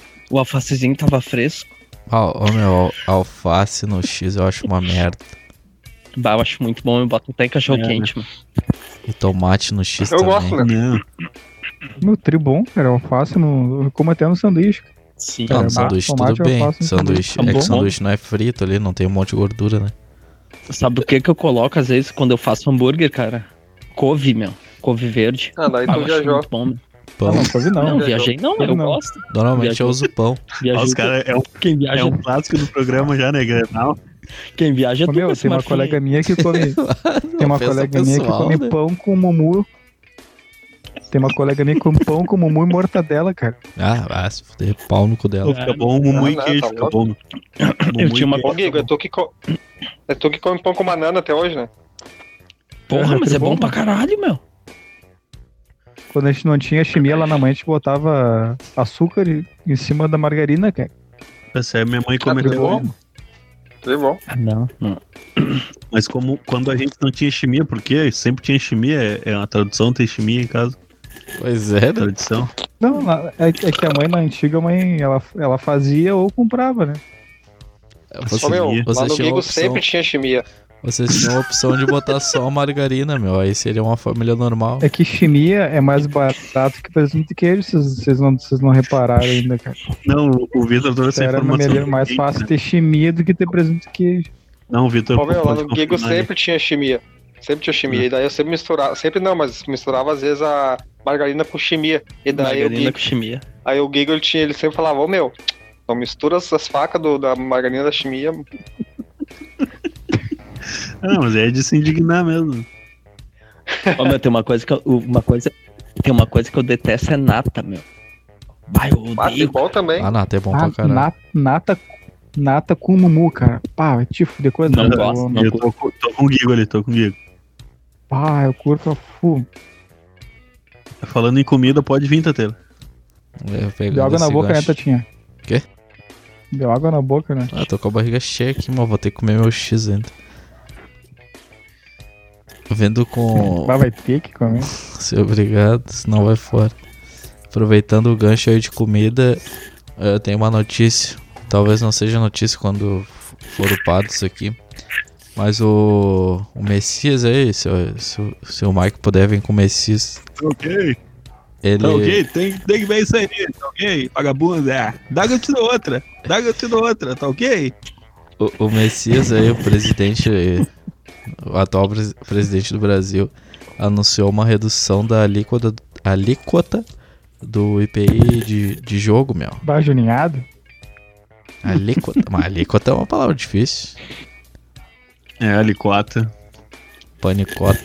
Meu, alface no X eu acho uma merda. Eu acho muito bom, eu boto até em cachorro quente, mano. E tomate no X eu também. Gosto, né? Meu, tri bom, cara, alface como até no sanduíche. Sim. Não, no sanduíche tudo bem. Sanduíche, que sanduíche não é frito ali, não tem um monte de gordura, né? Sabe o que eu coloco às vezes quando eu faço hambúrguer, cara? Couve, meu. Couve verde. Daí tu viajou. Muito bom, meu. Pão. Não, couve não. Não, viajei não, eu gosto. Normalmente eu uso pão. Os caras Quem viaja... é um clássico do programa já, né, Grenal? Quem viaja é meu, tem uma colega minha que come. Tem uma colega minha que come pão com mumu. Tem uma colega minha que come pão com mumu e mortadela, cara. Vai se fuder, pau no cu dela. Fica bom, mumu e queijo, fica bom. Eu tinha uma colega. É tu que come pão com banana até hoje, né? Porra, mas é bom pra caralho, meu. Quando a gente não tinha chimia lá na mãe, a gente botava açúcar em cima da margarina, cara. Essa é minha mãe come até hoje. Bom. Não. Mas quando a gente não tinha chimia, porque sempre tinha chimia, é uma tradução ter chimia em casa. Pois é, né? Tradição. Não, é que a mãe, na antiga mãe, ela fazia ou comprava, né? Lá no Guigo sempre tinha chimia. Vocês tinham a opção de botar só margarina, meu. Aí seria uma família normal. É que chimia é mais barato que presunto e queijo, vocês não repararam ainda, cara. Não, o Vitor trouxe essa informação. Era mais fácil ter chimia do que ter presunto e queijo. Não, o Vitor... Lá no Guigo sempre tinha chimia. Sempre tinha chimia. E daí eu sempre misturava... Sempre não, mas misturava às vezes a margarina com chimia. E daí margarina com chimia. Aí o Guigo, ele sempre falava, não mistura essas facas da margarina da chimia... Não, mas é de se indignar mesmo. Meu, tem uma coisa que eu detesto é nata, meu. Eu odeio. É bom também. Nata é bom pra caralho. Nata com mumu, cara. Vai te fuder coisa. Não gosto. Eu tô com o Guigo ali, tô com o Guigo. Eu curto a full. Falando em comida, pode vir, Tateira. Deu água na boca, né, Tatinha? Quê? Deu água na boca, né? Tô com a barriga cheia aqui, mas vou ter que comer meu X ainda. Vendo com... Vai ter que comer. Seu obrigado, senão vai fora. Aproveitando o gancho aí de comida, eu tenho uma notícia. Talvez não seja notícia quando for upado isso aqui. Mas o Messias aí, se o Mike puder vir com o Messias. Ok. Ele... Tá ok, tem que ver isso aí, tá ok? Vagabundo, Dá que eu te dou outra, tá ok? O Messias aí, o presidente, o atual presidente do Brasil, anunciou uma redução da alíquota do IPI de jogo, meu. Bajuninhado? Alíquota? Mas alíquota é uma palavra difícil. Alicota. Panicota.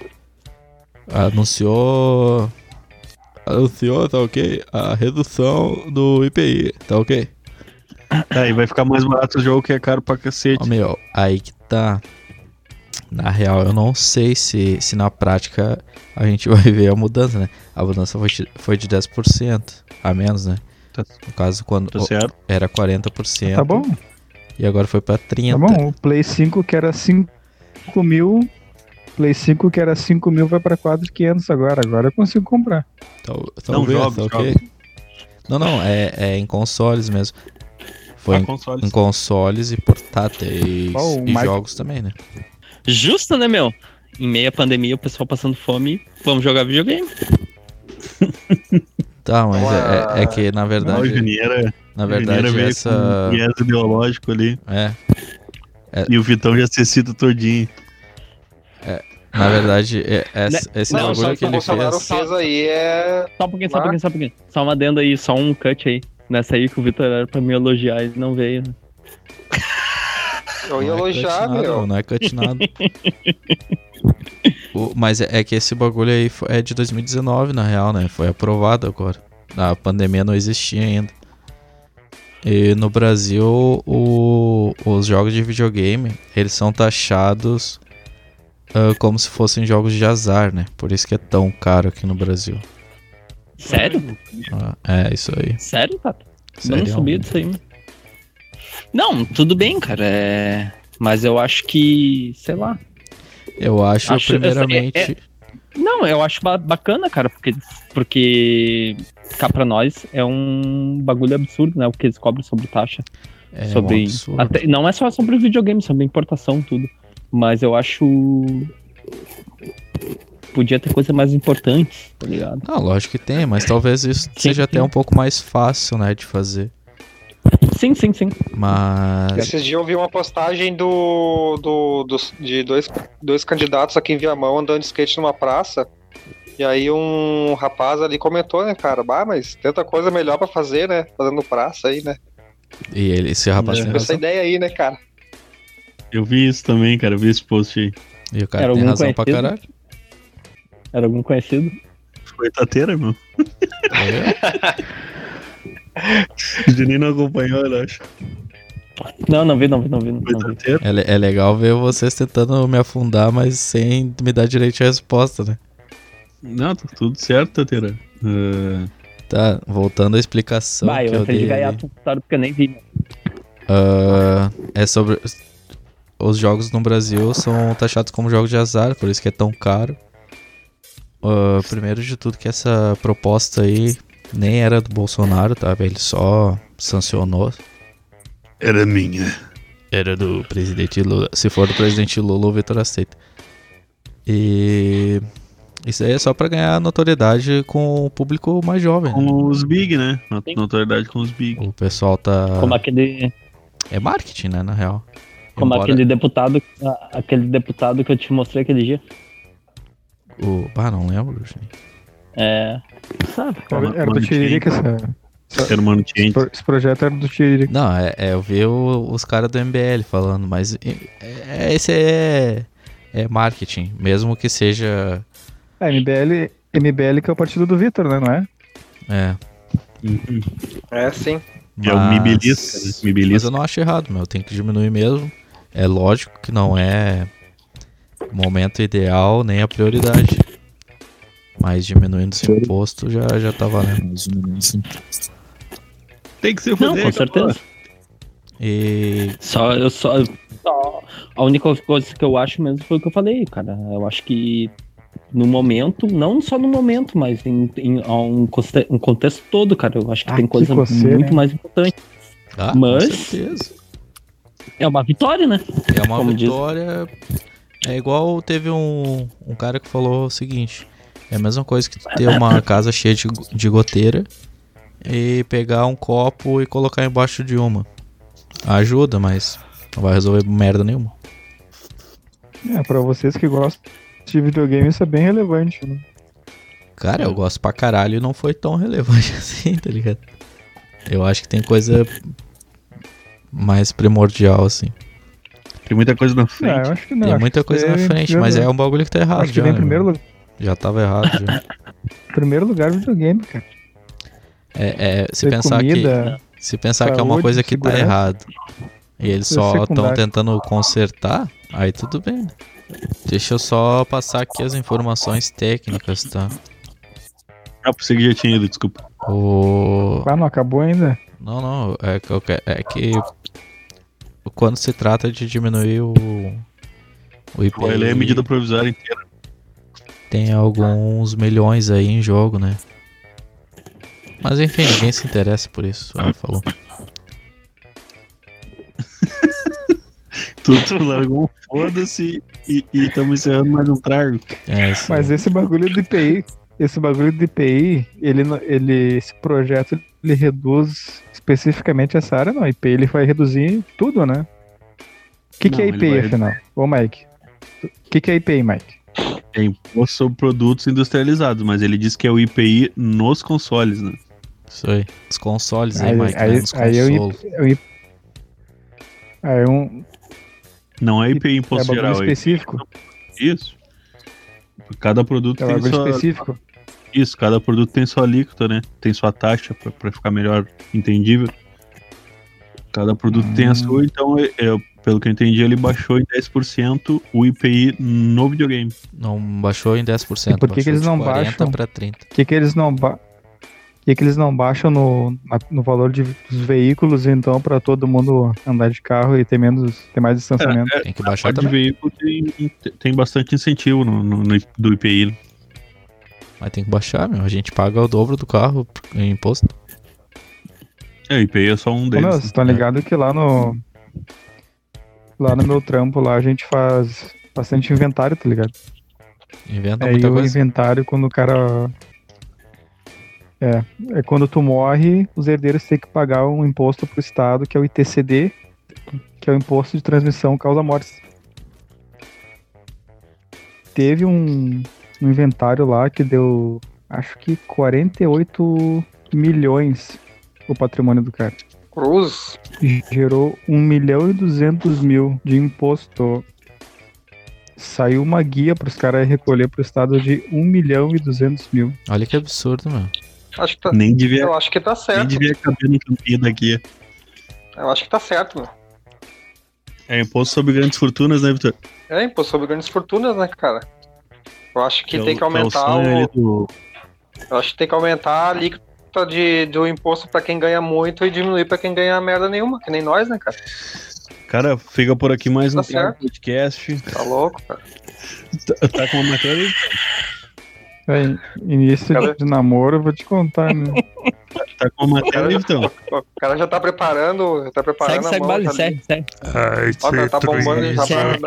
Anunciou, tá ok? A redução do IPI, tá ok? Aí vai ficar mais barato o jogo que é caro pra cacete. Ó, meu, aí que tá. Na real, eu não sei se na prática a gente vai ver a mudança, né? A mudança foi de 10% a menos, né? No caso, quando era 40%. Tá bom. E agora foi pra 30%. Tá bom, o Play 5 que era 5 mil. Play 5 que era 5 mil vai pra 4.500 agora. Agora eu consigo comprar. Talvez, tá ok? Não, é em consoles mesmo. Foi em consoles e portáteis e jogos também, né? Justo, né, meu? Em meio à pandemia, o pessoal passando fome, vamos jogar videogame. Tá, mas é que na verdade... Na verdade, essa... viés ideológico ali. É. E o Vitão já se cita todinho. Na verdade, esse não, bagulho que ele fez aí é... Só um pouquinho. Só uma adenda aí, só um cut aí. Nessa aí que o Vitor era pra me elogiar e não veio, né? Eu ia elogiar, meu. Não é cut nada. Mas é que esse bagulho aí é de 2019, na real, né? Foi aprovado agora. A pandemia não existia ainda. E no Brasil, os jogos de videogame, eles são taxados como se fossem jogos de azar, né? Por isso que é tão caro aqui no Brasil. Sério? É, isso aí. Sério, Tato? Eu não sabia disso aí, mano. Não, tudo bem, cara. Mas eu acho que, sei lá. Eu acho primeiramente... Não, eu acho bacana, cara, porque cá pra nós é um bagulho absurdo, né? O que eles cobram sobre taxa. Sobre... Até, não é só sobre videogame, sobre importação, tudo. Mas eu acho... Podia ter coisa mais importante, tá ligado? Não, lógico que tem, mas talvez isso seja até um pouco mais fácil, né, de fazer. Sim. Mas... Esses dias eu vi uma postagem de dois candidatos aqui em Viamão andando de skate numa praça. E aí um rapaz ali comentou, né, cara? Mas tanta coisa melhor pra fazer, né? Fazendo praça aí, né? E esse rapaz tem razão. Essa ideia aí, né, cara? Eu vi isso também, cara. Eu vi esse post aí. E o cara tem razão pra caralho. Era algum conhecido? Foi Tateira, meu. O Juninho não acompanhou, eu acho. Não vi. É legal ver vocês tentando me afundar, mas sem me dar direito à resposta, né? Não, tá tudo certo, Tateira. Tá, voltando à explicação que eu dei. Porque eu nem vi. É sobre... Os jogos no Brasil são taxados como jogos de azar, por isso que é tão caro. Primeiro de tudo que essa proposta aí nem era do Bolsonaro, tá? Ele só sancionou. Era minha. Era do presidente Lula. Se for do presidente Lula, o Vitor aceita. E isso aí é só pra ganhar notoriedade com o público mais jovem. Com os big, né? Notoriedade com os big. O pessoal tá... Como aquele... É marketing, né, na real. Como aquele deputado que eu te mostrei aquele dia. Não lembro, gente. Sabe? Era do Tiririca esse projeto era do Tiririca. Não, eu vi os caras do MBL falando, mas esse é marketing, mesmo que seja... MBL que é o partido do Vitor, né, não é? Sim. É o Mibilista, né? Mas eu não acho errado, meu, tem que diminuir mesmo. É lógico que não é o momento ideal, nem a prioridade. Mas diminuindo esse imposto já tá valendo. Tem que ser foder. Não, com certeza. A única coisa que eu acho mesmo foi o que eu falei, cara. Eu acho que no momento, não só no momento, mas em um contexto todo, cara. Eu acho que tem coisa muito mais importante. Com certeza. É uma vitória, né? É uma Como vitória. É igual teve um cara que falou o seguinte: é a mesma coisa que ter uma casa cheia de goteira e pegar um copo e colocar embaixo de uma. Ajuda, mas não vai resolver merda nenhuma. Pra vocês que gostam de videogame, isso é bem relevante, né? Cara, eu gosto pra caralho e não foi tão relevante assim, tá ligado? Eu acho que tem coisa mais primordial, assim. Tem muita coisa na frente. Eu acho que não. Tem muita coisa na frente, mas é um bagulho que tá errado acho que já. vem em né, primeiro mano? lugar. Já tava errado, já. Primeiro lugar, videogame, cara. Se pensar comida, que é uma saúde, coisa que tá segurança. errado e eles só estão secundário. tentando consertar, aí tudo bem. Deixa eu só passar aqui as informações técnicas, tá? Ah, por que já tinha ido, desculpa. Não acabou ainda? Não, é que quando se trata de diminuir o IPI, Ele é a medida provisória inteira. tem alguns milhões aí em jogo, né? Mas enfim, ninguém se interessa por isso, falou. Tu largou um foda-se e estamos encerrando mais um trago. Mas esse bagulho do IPI, esse projeto, ele reduz especificamente essa área, não. IPI ele vai reduzir tudo, né? O que é IPI, afinal? Ô, Mike. O que é IPI, Mike? É imposto sobre produtos industrializados, mas ele diz que é o IPI nos consoles, né? Isso aí. Os consoles aí, Mike, né? Nos consoles. Não é IPI imposto geral. É bagulho específico? Isso. Cada produto tem bagulho específico? Isso, cada produto tem sua alíquota, né? Tem sua taxa pra ficar melhor entendível. Cada produto tem a sua, então, pelo que eu entendi, ele baixou em 10% o IPI no videogame. Não baixou em 10%. E por que eles não 40 baixam? Pra 30. Por que eles não baixam no valor dos veículos, então, pra todo mundo andar de carro e ter mais distanciamento? Tem que baixar de também. veículo tem bastante incentivo do IPI, né? Mas tem que baixar, meu. A gente paga o dobro do carro em imposto. O IPI é só um deles. Vocês estão ligados que lá no meu trampo, lá a gente faz bastante inventário, tá ligado? Inventa muita o coisa. inventário, quando o cara... quando tu morre, os herdeiros têm que pagar um imposto pro Estado, que é o ITCD, que é o Imposto de Transmissão Causa-Mortes. Teve um inventário lá que deu, acho que 48 milhões o patrimônio do cara. Cruz. Gerou 1.200.000 de imposto. Saiu uma guia pros caras recolher pro Estado de 1.200.000. Olha que absurdo, meu. Acho que tá, Nem devia, eu acho que tá certo. nem devia caber no campinho daqui. Eu acho que tá certo, meu. É imposto sobre grandes fortunas, né, Vitor? É imposto sobre grandes fortunas, né, cara? Eu acho que tem que aumentar Eu acho que tem que aumentar a alíquota do imposto pra quem ganha muito e diminuir pra quem ganha merda nenhuma, que nem nós, né, cara? Cara, fica por aqui mais um certo. podcast. Tá louco, cara? Tá com uma matéria aí? Início de namoro, eu vou te contar, né? Tá com uma matéria aí, então? O cara já tá preparando Segue, a mão. Bali, tá segue. Ó, tá bombando e já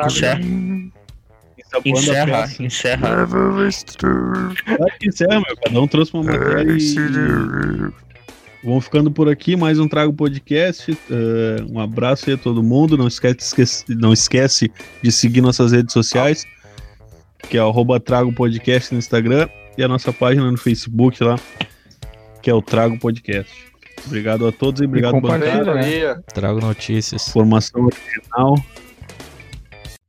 Encerra. Claro que encerra, meu. Cada um trouxe uma matéria e... Vamos ficando por aqui, mais um Trago Podcast. Um abraço aí a todo mundo. Não esquece de seguir nossas redes sociais, que é o @Trago Podcast no Instagram, e a nossa página no Facebook lá, que é o Trago Podcast. Obrigado a todos e obrigado, compartilha, bancada. né? Trago notícias. Informação original.